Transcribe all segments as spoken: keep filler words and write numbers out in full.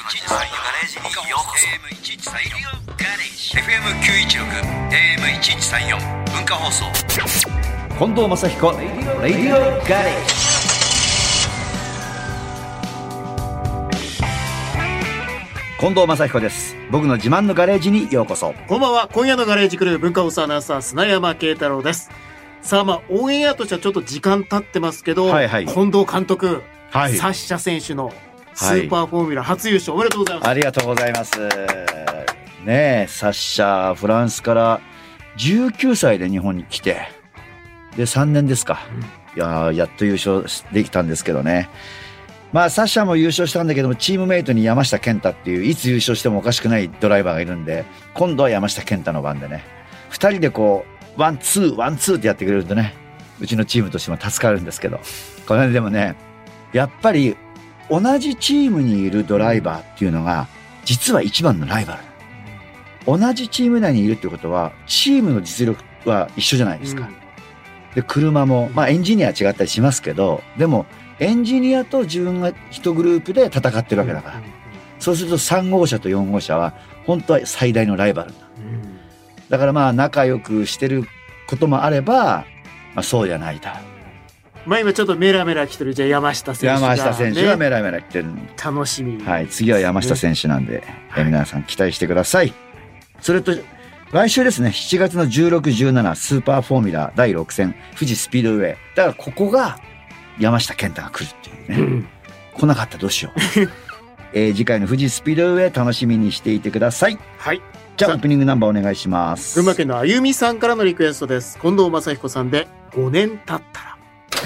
ちじさんよんガレージにようこそ。 エーエムいちいちさんよん ガレージ エフエムきゅういちろく エーエムいちいちさんよん 文化放送。 近藤正彦レディオガレージ。近藤正彦です。僕の自慢のガレージにようこそ。 こんばんは。今夜のガレージクルー文化放送アナウンサー砂山慶太郎です。さあ、まあオンエアとしてはちょっと時間経ってますけど、はいはい、近藤監督、はい、サッシャ選手のスーパーフォーミュラ初優勝、はい、おめでとうございます。 ありがとうございます。ねえ、サッシャフランスからじゅうきゅうさいで日本に来て、でさんねんですか、うん、いややっと優勝できたんですけどね。まあサッシャも優勝したんだけども、チームメイトに山下健太っていういつ優勝してもおかしくないドライバーがいるんで、今度は山下健太の番でね、ふたりでこうワンツーワンツーってやってくれるとね、うちのチームとしても助かるんですけど、これでもね、やっぱり同じチームにいるドライバーっていうのが実は一番のライバル。同じチーム内にいるってことはチームの実力は一緒じゃないですか、うん、で車もまあエンジニアは違ったりしますけど、でもエンジニアと自分が一グループで戦ってるわけだから、うん、そうするとさん号車とよん号車は本当は最大のライバルだ、うん、だからまあ仲良くしてることもあれば、まあ、そうじゃないと。 まあ今ちょっとメラメラ来てるじゃあ山下選手が、ね、山下選手がメラメラ来てる。 楽しみ、 はい、次は山下選手なんで、はい、え皆さん期待してください。それと来週ですね、しちがつのじゅうろく、じゅうしちスーパーフォーミュラだいろく戦富士スピードウェイだから、ここが山下健太が来るっていうね、うん、来なかったらどうしよう、えー、次回の富士スピードウェイ楽しみにしていてください。 はい、 じゃあオープニングナンバーお願いします。 群馬県のあゆみさんからのリクエストです。近藤正彦さんでごねん経ったら。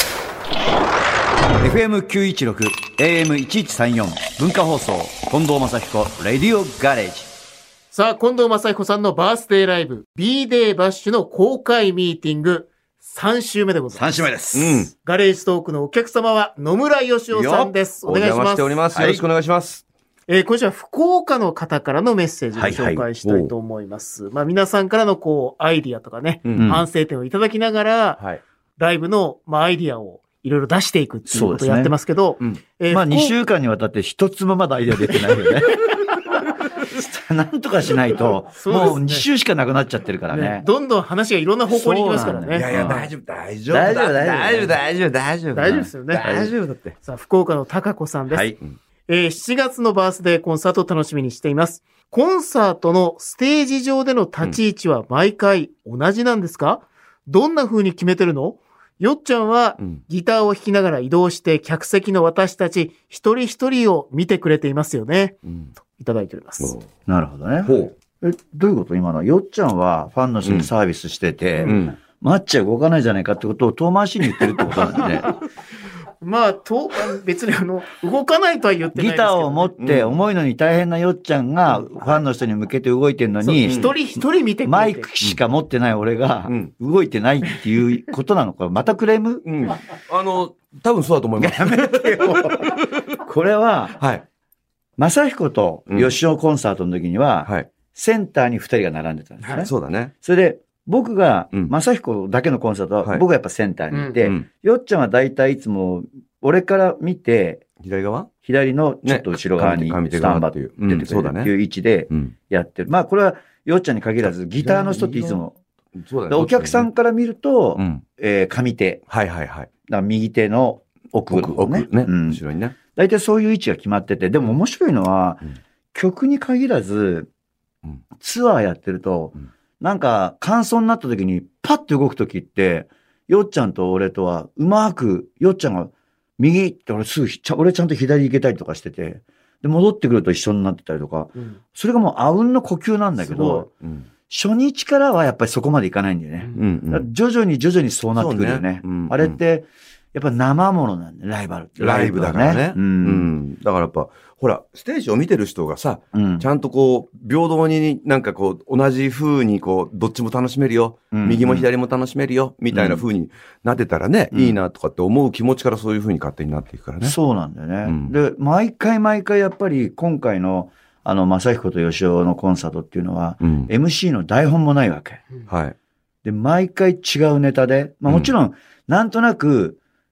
エフエムきゅういちろく エーエムいちいちさんよん 文化放送近藤正彦レディオガレージ。 さあ、近藤正彦さんのバースデーライブ B デーバッシュの公開ミーティングさん週目でございます。 さん週目です、 うん、ガレージトークのお客様は野村義雄さんです。お願いします。お邪魔しております。よろしくお願いします、 はい。えー、今週は福岡の方からのメッセージを紹介したいと思います、はいはい、まあ皆さんからのこうアイディアとかね、うん、反省点をいただきながら、はい、ライブのまあアイディアをいろいろ出していくっていうことをやってますけど、 ね、うんえー、まあにしゅうかんにわたって一つもまだアイディア出てないよねなんとかしないと、ね、もうに週しかなくなっちゃってるからね。ねどんどん話がいろんな方向に行きますからね。 いやいや、大丈夫、大丈夫。大丈夫、大丈夫、大丈夫、大丈夫。 大丈夫ですよね。 大丈夫だって。 さあ、福岡の高子さんです。はい。えー、しちがつのバースデーコンサートを楽しみにしています。コンサートのステージ上での立ち位置は毎回同じなんですか？どんな風に決めてるの？よっちゃんはギターを弾きながら移動して客席の私たち一人一人を見てくれていますよね。うん、いただいております。 なるほどね。ほう。え、どういうこと今の？よっちゃんはファンの人にサービスしてて、うんうん、マッチは動かないじゃないかってことを遠回しに言ってるってことなんでね。 まあ、と、別にあの、動かないとは言ってないですけど、ね。 ギターを持って重いのに大変なよっちゃんがファンの人に向けて動いてるのに、 一人一人見てくれてマイクしか持ってない俺が動いてないっていうことなのか、またクレーム？ うん。あの、多分そうだと思います。 やめてよ。これは、はい。正彦と吉尾コンサートの時には、はい。センターに二人が並んでたんですね。はい、 そうだね。 それで、僕が、正彦だけのコンサートは、僕がやっぱセンターにいて、うんうん、よっちゃんは大体いつも、俺から見て、 左側左のちょっと後ろ側にスタンバって出てくれるっていう位置でやってる。まあこれはよっちゃんに限らず、ギターの人っていつも、そうだね、お客さんから見ると、うん、えー、上手。 はいはいはい。 だ右手の奥の方ね。 奥ね、うん。後ろにね。 大体そういう位置が決まってて、でも面白いのは、うん、曲に限らず、うん、ツアーやってると、うん、なんか感想になった時にパッと動く時って、よっちゃんと俺とはうまく、よっちゃんが右って俺すぐ、俺ちゃんと左行けたりとかしてて、で、戻ってくると一緒になってたりとか、うん、それがもうあうんの呼吸なんだけど、うん、初日からはやっぱりそこまでいかないんだよね。うんうん、徐々に徐々にそうなってくるよね。ねうんうん、あれって、やっぱ生ものなんだよ、ライバルって。 ライブだからね。うん。うん、だからやっぱ、ほら、ステージを見てる人がさ、うん、ちゃんとこう、平等になんかこう、同じ風にこう、どっちも楽しめるよ、うんうん、右も左も楽しめるよ、みたいな風になってたらね、うん、いいなとかって思う気持ちからそういう風に勝手になっていくからね。 そうなんだよね。うん、で、毎回毎回やっぱり今回の、あの、正彦と吉尾のコンサートっていうのは、うん、エムシー の台本もないわけ。 はい。 で、毎回違うネタで、まあもちろん、なんとなく、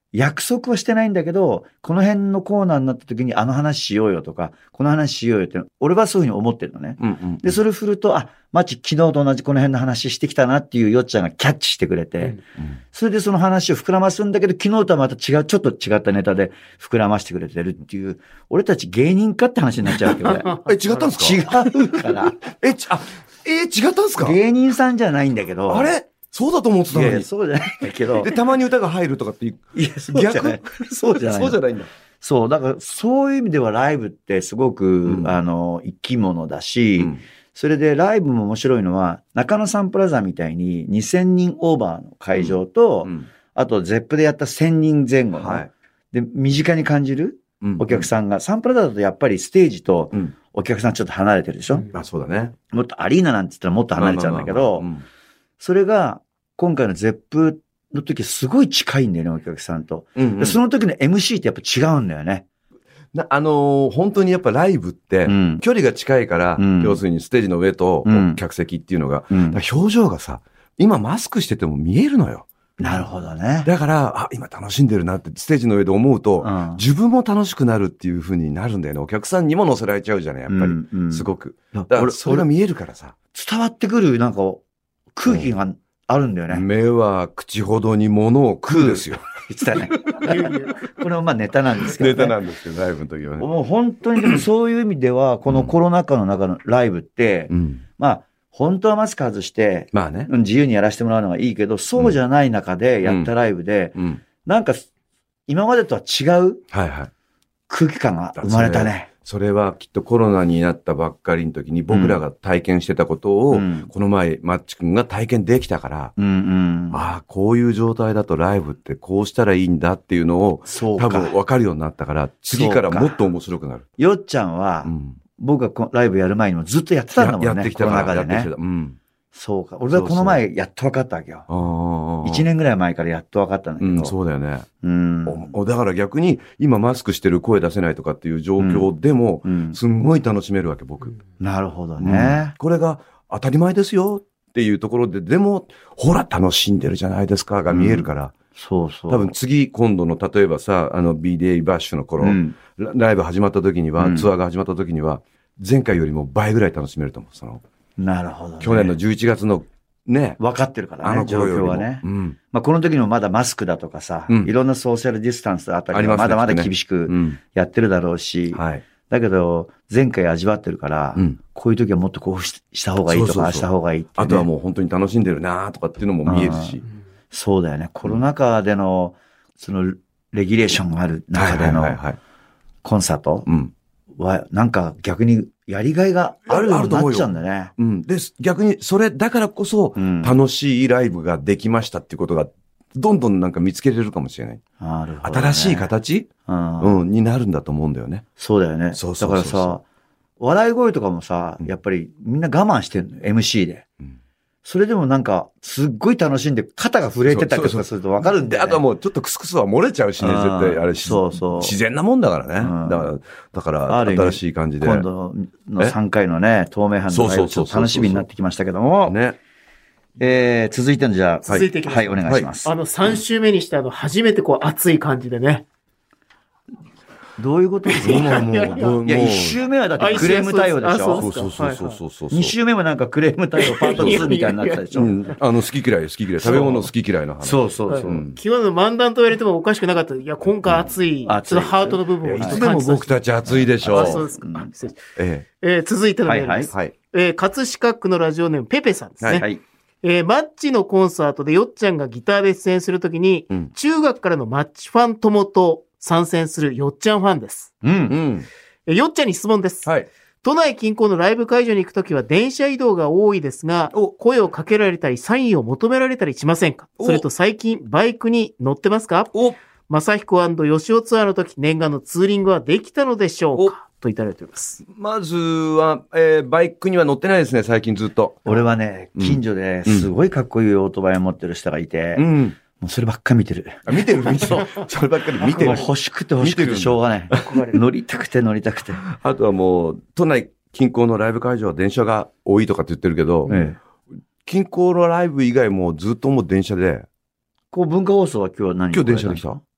約束はしてないんだけど、この辺のコーナーになった時にあの話しようよとか、この話しようよって、俺はそういうふうに思ってるのね。 うんうん、 で、それ振ると、あ、マッチ昨日と同じこの辺の話してきたなっていうよっちゃんがキャッチしてくれて、うんうん、それでその話を膨らますんだけど、昨日とはまた違う、ちょっと違ったネタで膨らましてくれてるっていう、俺たち芸人かって話になっちゃうわけど、 え、違ったんですか？ 違うから。 え、ち、あ、えー、違ったんですか？ 芸人さんじゃないんだけど。 あれそうだと思ってたのに。いや、 そうじゃないんだけど。 で、たまに歌が入るとかっていう。 いや、そうじゃない。そうじゃない。 そうじゃないんだ。 そう、だからそういう意味ではライブってすごく、うん、あの、生き物だし、うん、それでライブも面白いのは、中野サンプラザみたいににせんにんオーバーの会場と、うんうん、あとゼップでやったせんにんぜん後の、はい、で、身近に感じるお客さんが、うんうん、サンプラザだとやっぱりステージとお客さんちょっと離れてるでしょ、うん、 あ、そうだね。 もっとアリーナなんて言ったらもっと離れちゃうんだけど、それが今回のゼップの時すごい近いんだよね、お客さんと。うんうん、その時の エムシー ってやっぱ違うんだよね。 なあのー、本当にやっぱライブって、距離が近いから、うん、要するにステージの上と客席っていうのが、うん、表情がさ、今マスクしてても見えるのよ。 なるほどね。 だから、あ、今楽しんでるなってステージの上で思うと、うん、自分も楽しくなるっていう風になるんだよね。お客さんにも乗せられちゃうじゃない、やっぱり。うんうん、すごく。だからそれが見えるからさ。 伝わってくる、なんか、空気があるんだよね。 うん、目は口ほどに物を食うですよ。 言ってたね。これはまあネタなんですけどね。 ネタなんですけど、ライブの時はね。 もう本当にでもそういう意味では、このコロナ禍の中のライブって、うん、まあ、本当はマスク外して、まあね、自由にやらせてもらうのがいいけど、そうじゃない中でやったライブで、うんうん、なんか、今までとは違う空気感が生まれたね。 それはきっとコロナになったばっかりの時に僕らが体験してたことを、うん、この前、マッチ君が体験できたから、うんうん、ああ、こういう状態だとライブってこうしたらいいんだっていうのを、多分分かるようになったから、次からもっと面白くなる。 よっちゃんは、うん僕がライブやる前にもずっとやってたんだもんね。 やってきたから、やってきてた。 うん。そうか。俺はこの前やっと分かったわけよ。一年ぐらい前からやっと分かったんだけど。 うん、そうだよね。うん。だから逆に、今マスクしてる声出せないとかっていう状況でも、すんごい楽しめるわけ、僕。 なるほどね、 うん。これが当たり前ですよっていうところで、でも、ほら楽しんでるじゃないですかが見えるから。うん、 そうそう。 多分次、今度の、例えばさ、あの ビーディーエー バッシュの頃、うん、ライブ始まった時には、うん、ツアーが始まった時には、前回よりも倍ぐらい楽しめると思う。その。 なるほど、ね。 去年のじゅういちがつのね。 分かってるからね。あの状況はね。うん。まあこの時にもまだマスクだとかさ、うん、いろんなソーシャルディスタンスあたりがまだまだ厳しくやってるだろうし、はい。だけど、前回味わってるから、うん、こういう時はもっとこうした方がいいとか、そうそうそうした方がいいって、ね。 あとはもう本当に楽しんでるなとかっていうのも見えるし。 そうだよね。コロナ禍での、その、レギュレーションがある中での、コンサート。うんは、なんか逆にやりがいがあるようになっちゃうんだね。 うん。で、逆にそれだからこそ、楽しいライブができましたっていうことが、どんどんなんか見つけれるかもしれない。なるほどね、新しい形、うん、うん、になるんだと思うんだよね。 そうだよね。そうそうそうそう。だからさ、笑い声とかもさ、やっぱりみんな我慢してるのよ、エムシー で。うんそれでもなんか、すっごい楽しんで、肩が震えてたりとかするとわかるんだよね。 あとはもうちょっとクスクスは漏れちゃうしね、絶対あれし。そうそう。自然なもんだからね。うん、だから、だから新しい感じで。 今度のさんかいのね、透明版のライブちょっと楽しみになってきましたけども。ね。えー、続いてのじゃあ、 続いていきます。 はい、お願いします。 はい、あの、さん週目にしてあの、初めてこう、熱い感じでね。 どういうことですか？もう、もう、いや、一周目はだってクレーム対応でしょ？ そうそうそうそうそう。 二周目もなんかクレーム対応パートツーみたいになってたでしょ？うん。 あの、好き嫌い、好き嫌い。食べ物好き嫌いの話。 そうそうそう。 昨日の漫談と言われてもおかしくなかった。いや、今回熱い、ちょっとハートの部分をいつでも僕たち熱いでしょう。 あ、そうですか。ええ、続いてのメールです。はい。え、葛飾区のラジオネームペペさんですね。はい。えー、マッチのコンサートでよっちゃんがギターで出演するときに、中学からのマッチファン友と参戦するよっちゃんファンです。うん。うんえよっちゃんに質問です。はい。都内近郊のライブ会場に行くときは電車移動が多いですが、声をかけられたり、サインを求められたりしませんか？それと最近、バイクに乗ってますか？おまさひこ&よしおツアーのとき、念願のツーリングはできたのでしょうか？といただいております。 まずは、えー、バイクには乗ってないですね、最近ずっと。 俺はね、近所ですごいかっこいいオートバイを持ってる人がいて、うん。もうそればっかり見てる。 あ、見てる見てる。そればっかり見てる。もう欲しくて欲しくてしょうがない。乗りたくて乗りたくて。 あとはもう、都内近郊のライブ会場は電車が多いとかって言ってるけど、ええ、近郊のライブ以外もずっともう電車で。 こう文化放送は今日は何？ 今日電車で来た？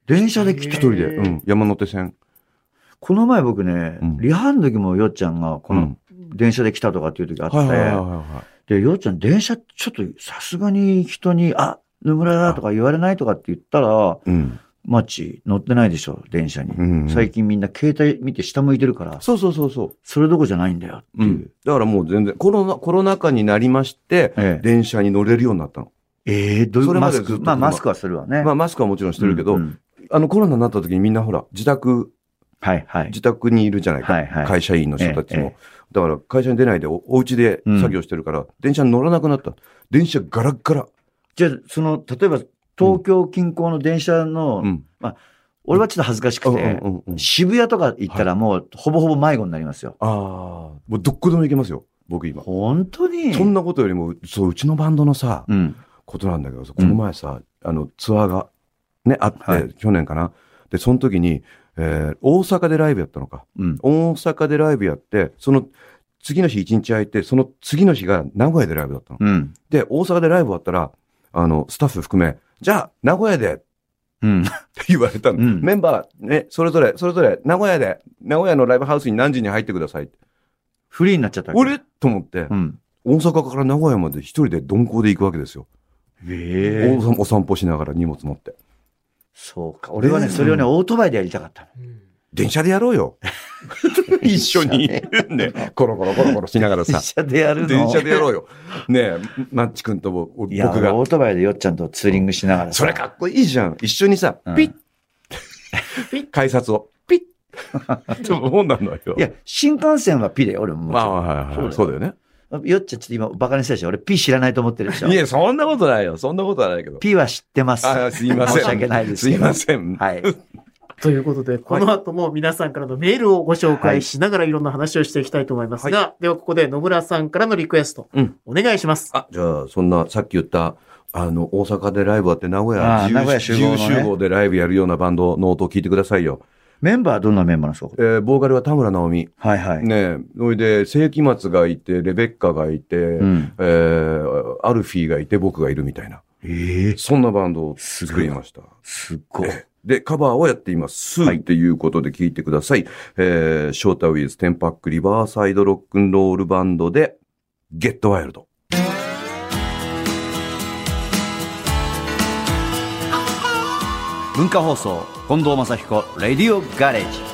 電車で来た。 一人で、うん、山手線。 この前僕ね、うん、リハの時もよっちゃんが、この、電車で来たとかっていう時あって、で、よっちゃん電車ちょっとさすがに人に、あ、野村だとか言われないとかって言ったら、うん、マッチ乗ってないでしょ、電車に、うんうん。最近みんな携帯見て下向いてるから。 そうそうそうそう。 それどころじゃないんだよっていう。うん、 だからもう全然、コロナ、コロナ禍になりまして、ええ、電車に乗れるようになったの。 ええー、どういうマスクまあマスクはするわね。 まあマスクはもちろんしてるけど、うんうん、あのコロナになった時にみんなほら、自宅、 はいはい。 自宅にいるじゃないか。はいはい、会社員の人たちも。ええ、だから会社に出ないで お, お家で作業してるから、うん、電車に乗らなくなった。電車ガラッガラ。 じゃあ、その、例えば東京近郊の電車の、うん、まあ、俺はちょっと恥ずかしくて、うんうんうん、渋谷とか行ったらもうほぼほぼ迷子になりますよ。 はい、ああ、もうどこでも行けますよ。僕今。 本当にそんなことよりも、そう、うちのバンドのさ、うん、ことなんだけどさ、この前さ、うん、あの、ツアーがね、あって、はい、去年かな。で、その時に、えー、大阪でライブやったのか、うん。大阪でライブやって、その次の日一日空いて、その次の日が名古屋でライブだったの。うん、で、大阪でライブ終わったら、あの、スタッフ含め、じゃあ、名古屋で、うん、って言われたの、うん。メンバー、ね、それぞれ、それぞれ、名古屋で、名古屋のライブハウスに何時に入ってください。 フリーになっちゃったわけ。 俺と思って、うん、大阪から名古屋まで一人で鈍行で行くわけですよ。 へえ。 お散歩しながら荷物持って。 そうか。俺はね、それをね、オートバイでやりたかったの。 うん、電車でやろうよ。一緒に。ね。コロコロコロコロしながらさ。 電車でやるの電車でやろうよ。ねえ、マッチ君と僕が。 いや、オートバイでよっちゃんとツーリングしながらさ。 それかっこいいじゃん。一緒にさ、うん、ピッピッ改札を。ピッそうなのよ。 いや、新幹線はピで、俺ももちろん。 まあ、はいはい。そうだよね。 よっちゃんちょっと今バカにしたでしょ。俺 P 知らないと思ってるでしょ。 いや、そんなことないよ。そんなことはないけど。 P は知ってます。 あ、すいません。 申し訳ないですけど。 すいません。 はい。 ということで、この後も皆さんからのメールをご紹介しながらいろんな話をしていきたいと思いますが、はい、ではここで野村さんからのリクエスト、うん、お願いします。 あ、じゃあ、そんな、さっき言った、あの、大阪でライブあって名古屋、 名古屋集合の、ね、 集合でライブやるようなバンドの音を聞いてくださいよ。 メンバーはどんなメンバーなんですか？ えー、ボーカルは田村直美。 はいはい。 ねえ、それで、世紀末がいて、レベッカがいて、うん、えー、アルフィーがいて、僕がいるみたいな。 えー、 そんなバンドを作りました。 すごい。 で、カバーをやっています。はい、っていうことで聞いてください。えー、ショータウィズテンパックリバーサイドロックンロールバンドで、ゲットワイルド。 文化放送近藤正彦レディオガレージ。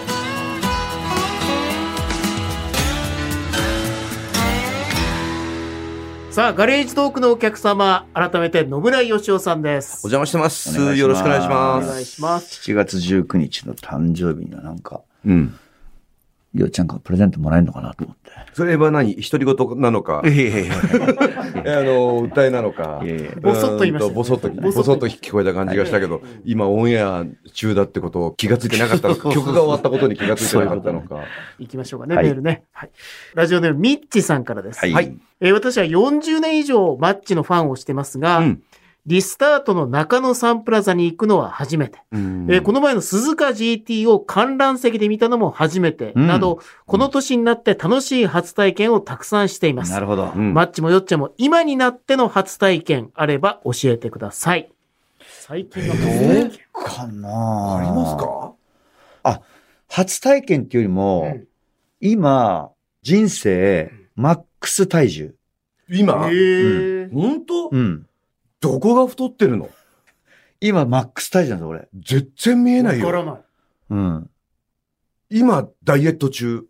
さあガレージトークのお客様、改めて野村義雄さんです。 お邪魔してます。よろしくお願いします。 お願いします。 しちがつじゅうくにちの誕生日にはなんか、うん、よっちゃんからプレゼントもらえるのかなと思って。 それは何？独り言なのか、 いやいやいやあの歌いなのか、 ボソッと言いました、ね。 ボソッとボソッと聞こえた感じがしたけど、今オンエア中だってことを気がついてなかったのか、曲が終わったことに気がついてなかったのか。 行きましょうかね、メールね。はい。ラジオネームミッチさんからです。 はい。 えー、私はよんじゅうねん以上マッチのファンをしてますが、うん、リスタートの中野サンプラザに行くのは初めて。えー、この前の鈴鹿 ジーティー を観覧席で見たのも初めて。うん、など、この年になって楽しい初体験をたくさんしています。 なるほど。 うん、マッチもよっちゃんも今になっての初体験あれば教えてください。最近の初体験。 かなありますか？ あ、初体験っていうよりも、うん、今、人生、マックス体重。 今？ へー。 うん、本当？ うん。 どこが太ってるの？ 今、マックス体重なんです、俺。 全然見えないよ。 わからない。 うん。 今、ダイエット中。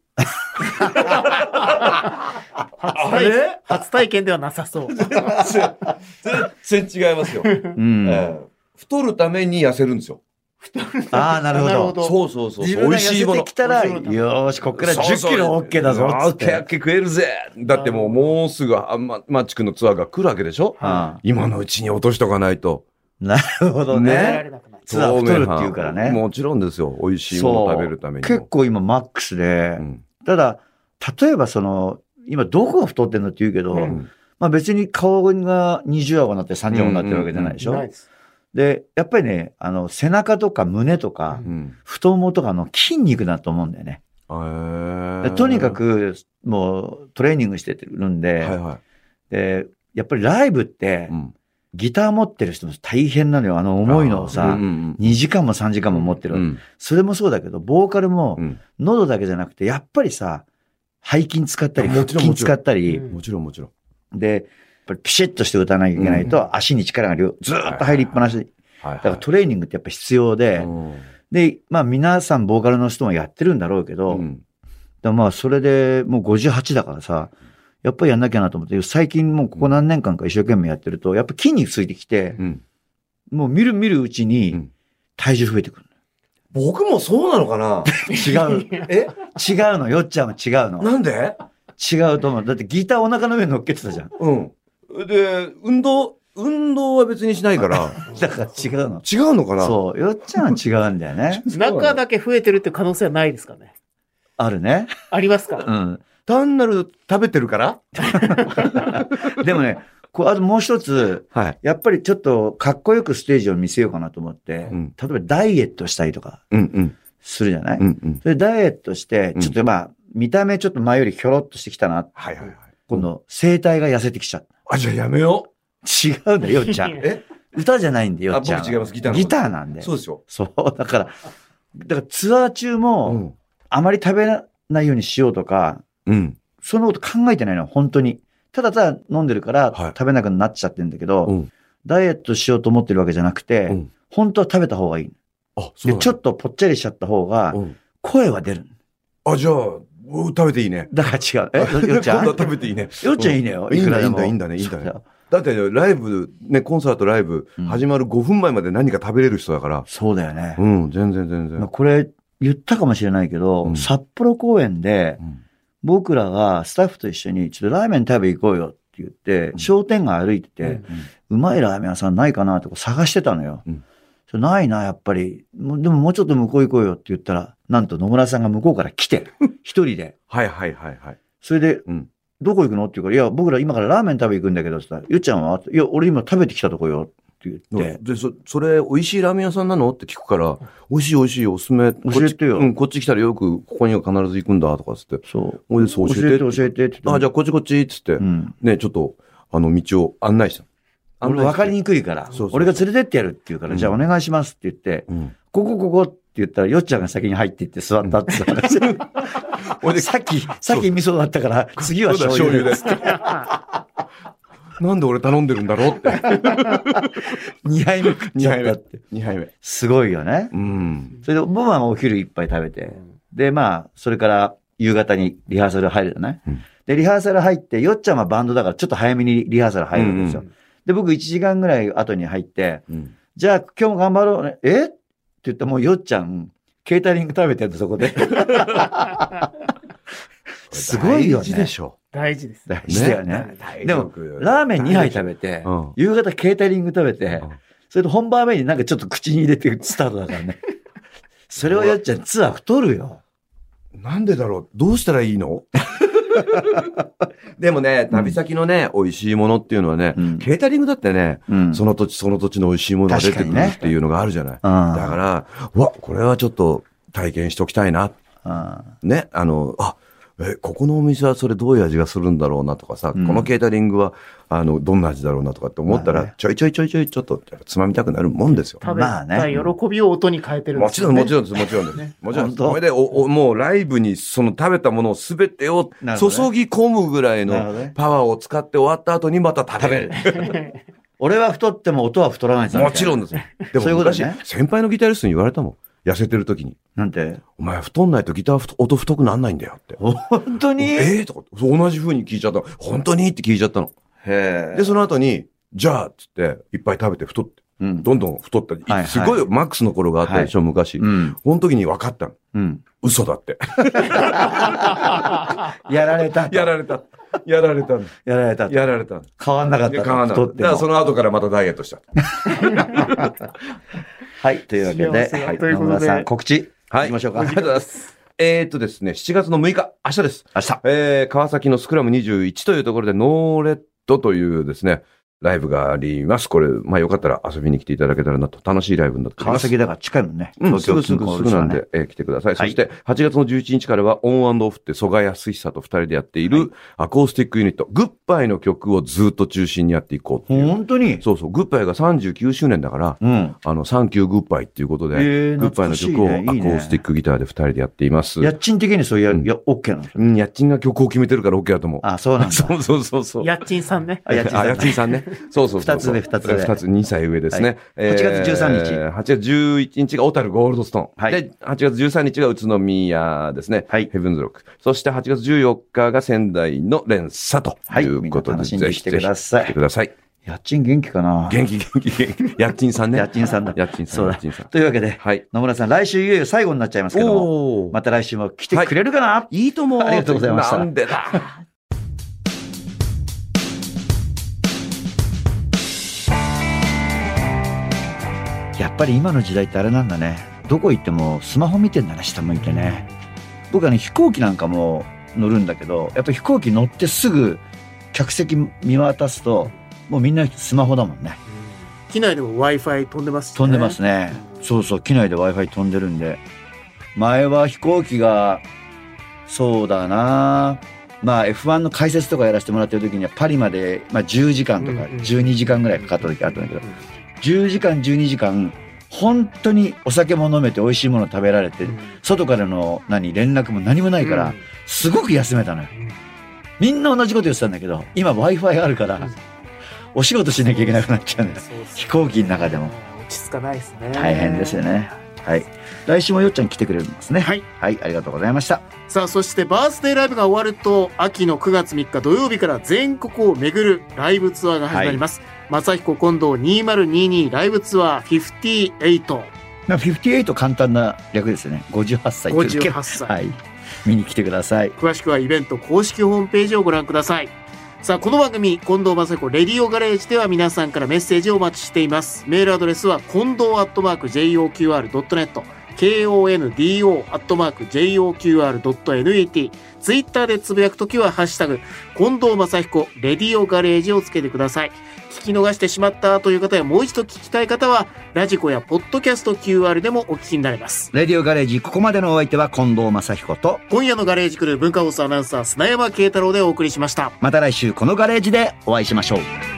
初体初体験ではなさそう。 全然違いますよ。 うんえー、太るために痩せるんですよ。 ああ、なるほど。 なるほど。 そうそうそう。 美味しいもの。きたら、よーし、こっからじゅっキロ OK だぞ。 オッケーオッケー食えるぜ。だってもう、もうすぐ、あま、マッチ君のツアーが来るわけでしょ、はあ、今のうちに落としとかないと。 なるほどね。 ねツアー太るっていうからね。 もちろんですよ。美味しいもの食べるために。 結構今マックスで、うん、ただ、例えばその、今どこが太ってんのって言うけど、うん、まあ別に顔がにじゅうあごになってさんじゅうあごになってるわけじゃないでしょ、うんうんうん、で、やっぱりね、あの、背中とか胸とか、うん、太ももとかの筋肉だと思うんだよね。とにかく、もうトレーニングしてるんで、はいはい、で、やっぱりライブって、うん、 ギター持ってる人も大変なのよ。あの重いのをさ、うんうん、にじかんもさんじかんも持ってる、うん。それもそうだけど、ボーカルも、喉だけじゃなくて、やっぱりさ、背筋使ったり、腹筋使ったり。 もちろんもちろん。 で、やっぱりピシッとして歌わなきゃいけないと、うん、足に力がずーっと入りっぱなし。はいはい、だからトレーニングってやっぱ必要で、はいはい、で、まあ皆さんボーカルの人もやってるんだろうけど、うん、だまあそれでもうごじゅうはちだからさ、やっぱりやんなきゃなと思って、最近もうここ何年間か一生懸命やってると、やっぱ筋肉ついてきて、うん、もう見る見るうちに体重増えてくる。 僕もそうなのかな違う。え違うの、よっちゃんは違うの。 なんで違うと思う。だってギターお腹の上に乗っけてたじゃん。 うん。で、運動、運動は別にしないから。 だから違うの。 違うのかなそう。よっちゃんは違うんだよね。 中だけ増えてるって可能性はないですかね。 あるね。 ありますか。 うん。 単なる食べてるからでもね、こうあともう一つ、はい、やっぱりちょっとかっこよくステージを見せようかなと思って、うん、例えばダイエットしたりとか、するじゃない、うんうん、それダイエットして、ちょっとまあ、見た目ちょっと前よりひょろっとしてきたな。はいはいはい。今度、声帯が痩せてきちゃった。 あ、じゃあやめよう。違うんだよ、よっちゃん。え歌じゃないんだよ、よっちゃん。 あ、僕違います、ギターギターなんで。 そうですよ。 そう。だから、だからツアー中も、うん、あまり食べないようにしようとか、うん。そのこと考えてないの、本当に。ただただ飲んでるから食べなくなっちゃってるんだけど、はいうん、ダイエットしようと思ってるわけじゃなくて、うん、本当は食べた方がいい。あ、そうで、ちょっとぽっちゃりしちゃった方が、声は出る。 あ、じゃあ、食べていいね。 だから違う。え、よっちゃん今度は食べていいね。 よっちゃんいいねよ。 いいんだ、いいんだ、いいんだね、いいんだね。だって、ライブ、ね、コンサートライブ、始まるごふんまえまで何か食べれる人だから。 そうだよね。 うん、全然全然。 これ、言ったかもしれないけど、札幌公演で、僕らがスタッフと一緒に、ちょっとラーメン食べ行こうよって言って、商店街歩いてて、うまいラーメン屋さんないかなって探してたのよ。ないな、やっぱり。でももうちょっと向こう行こうよって言ったら、なんと野村さんが向こうから来て、一人で。 はいはいはいはい。 それで、うん、どこ行くのって言うから、いや、僕ら今からラーメン食べ行くんだけど、って言ったら、ゆっちゃんはいや、俺今食べてきたとこよって言って。 で、そ、それ、美味しいラーメン屋さんなのって聞くから、美味しい美味しい、おすすめ。 教えてよ。 うん、こっち来たらよく、ここには必ず行くんだ、とかつって。 そう。 俺そう教えて。 教えて、教えてって。 あ、じゃあこっちこっち、つって。うん、ね、ちょっと、あの、道を案内した。 俺分かりにくいから、そうそう俺が連れてってやるって言うから、うん、じゃあお願いしますって言って、うん、ここここって言ったら、よっちゃんが先に入っていって座ったって話。俺でさっき、さっき味噌だったから、次は醤油です。 なんで俺頼んでるんだろうって。 にはいめ食っちゃったって。 にはいめ。 すごいよね。うん。それで、僕はお昼一杯食べて、で、まあ、それから夕方にリハーサル入るよね。うん、で、リハーサル入って、よっちゃんはバンドだからちょっと早めにリハーサル入るんですよ。うんうん、で、僕いちじかんぐらい後に入って、うん、じゃあ今日も頑張ろうね。えって言ったらもうよっちゃん、ケータリング食べてるんだ、そこで。すごいよね。 大事でしょ。 大事です。 大事だよね。ねでも、ラーメンにはい食べて、うん、夕方ケータリング食べて、うん、それと本番前になんかちょっと口に入れてスタートだからね。それをよっちゃんツアー太るよ。 なんでだろうどうしたらいいのでもね、旅先のね、うん、美味しいものっていうのはね、うん、ケータリングだってね、うん、その土地その土地の美味しいものが出てくるっていうのがあるじゃない。ね、だから、うわ、これはちょっと体験しておきたいな。ね、あの、あ、え、ここのお店はそれどういう味がするんだろうなとかさ、うん、このケータリングは、あの、どんな味だろうなとかって思ったら、まあね、ちょいちょいちょいちょいちょっとつまみたくなるもんですよ。 食べた喜びを音に変えてるんですよね。もちろん、もちろんです、もちろんです。ね、もちろんです。それでおお、もうライブにその食べたものをすべてを注ぎ込むぐらいのパワーを使って終わった後にまた食べる。 俺は太っても音は太らないんですよ。 もちろんです。でもそういうことね。先輩のギタリストに言われたもん。痩せてる時に。 なんてお前太んないとギター音太くなんないんだよって。 本当にええー、とか、同じ風に聞いちゃったの。本当にって聞いちゃったの。へえ。で、その後に、じゃあ、つって、いっぱい食べて太って、うん、どんどん太ったり、はいはい、すごいマックスの頃があったでしょ、はい、昔。うん。この時に分かったの。うん。嘘だって。 やられた。 やられた。やられた。 やられた。 やられた。 変わんなかった。 変わんなかった。だからその後からまたダイエットした。 はい。というわけで、はい、ということで、さん告知、はい、行きましょうか。 ありがとうございます。えーっとですね、しちがつのむいか、明日です。 明日。 えー、川崎のスクラムにじゅういちというところで、ノーレッドというですね、 ライブがあります。これ、まあよかったら遊びに来ていただけたらなと、楽しいライブになっております。 川崎だから近いもんね。 うん、すぐすぐすぐなんで、えー、来てください。はい、そして、はちがつのじゅういちにちからは、オン&オフって蘇我康久と二人でやっている、アコースティックユニット、グッバイの曲をずっと中心にやっていこうっていう。 本当に？ そうそう、グッバイがさんじゅうきゅうしゅうねんだから、うん、あの、サンキューグッバイっていうことで、 えー、 グッバイの曲をアコースティックギターで二人でやっています。 家賃的にそういう、いや、OK なの？ うん、家賃が曲を決めてるから OK だと思う。 あ、そうなんだ。 そうそうそうそう。 家賃さんね。 あ、家賃さん。 家賃さんね。そうそうそう。 二つ上、二つ上。 二つ、にさい上ですね。 はい、はちがつじゅうさんにち。 はちがつじゅういちにちが小樽ゴールドストーン。 はい。 で、はちがつじゅうさんにちが宇都宮ですね。 はい。 ヘブンズロック。そしてはちがつじゅうよっかが仙台の連鎖ということで、 楽しんできてください。 来てください。 家賃元気かな？ 元気元気元気。家賃さんね。 家賃さんだ。 家賃さん。 そうだ。というわけで、はい。野村さん、来週いよいよ最後になっちゃいますけども、また来週も来てくれるかな？はい、 いいと思う。 ありがとうございました。 なんでだ。 やっぱり今の時代ってあれなんだね。どこ行ってもスマホ見てんだね、下向いてね。僕はね、飛行機なんかも乗るんだけど、やっぱり飛行機乗ってすぐ客席見渡すと、もうみんなスマホだもんね。 機内でも Wi-Fi 飛んでますね。 飛んでますね。そうそう、機内で Wi-Fi 飛んでるんで。前は飛行機が、そうだなまあ エフワン の解説とかやらせてもらってる時にはパリまで、まあ、じゅうじかんとかじゅうにじかんぐらいかかった時あったんだけど、じゅうじかんじゅうにじかん本当にお酒も飲めて美味しいもの食べられて、外からの何連絡も何もないからすごく休めたのよ。みんな同じこと言ってたんだけど、今 Wi-Fi あるからお仕事しなきゃいけなくなっちゃうんだよ。飛行機の中でも落ち着かないですね。 大変ですよね。はい。来週もよっちゃん来てくれるんですね。はい。はい、ありがとうございました。 さあ、そしてバースデーライブが終わると、秋のくがつみっか土曜日から全国を巡るライブツアーが始まります。はい、正彦近藤にせんにじゅうにライブツアーごじゅうはち。 ごじゅうはち簡単な略ですよね。ごじゅうはっさい。 ごじゅうはっさい。 はい。見に来てください。 詳しくはイベント公式ホームページをご覧ください。さあ、この番組、近藤正彦レディオガレージでは皆さんからメッセージをお待ちしています。メールアドレスは、近藤アットマーク ジェイオーキューアールドットネット、ケーオーエヌディーオー アットマーク ジェイオーキューアールドットネット、ツイッターでつぶやくときは、ハッシュタグ、近藤正彦レディオガレージをつけてください。聞き逃してしまったという方やもう一度聞きたい方は、ラジコやポッドキャスト キューアール でもお聞きになれます。 レディオガレージ、ここまでのお相手は近藤正彦と、 今夜のガレージクルー文化放送アナウンサー砂山慶太郎でお送りしました。 また来週このガレージでお会いしましょう。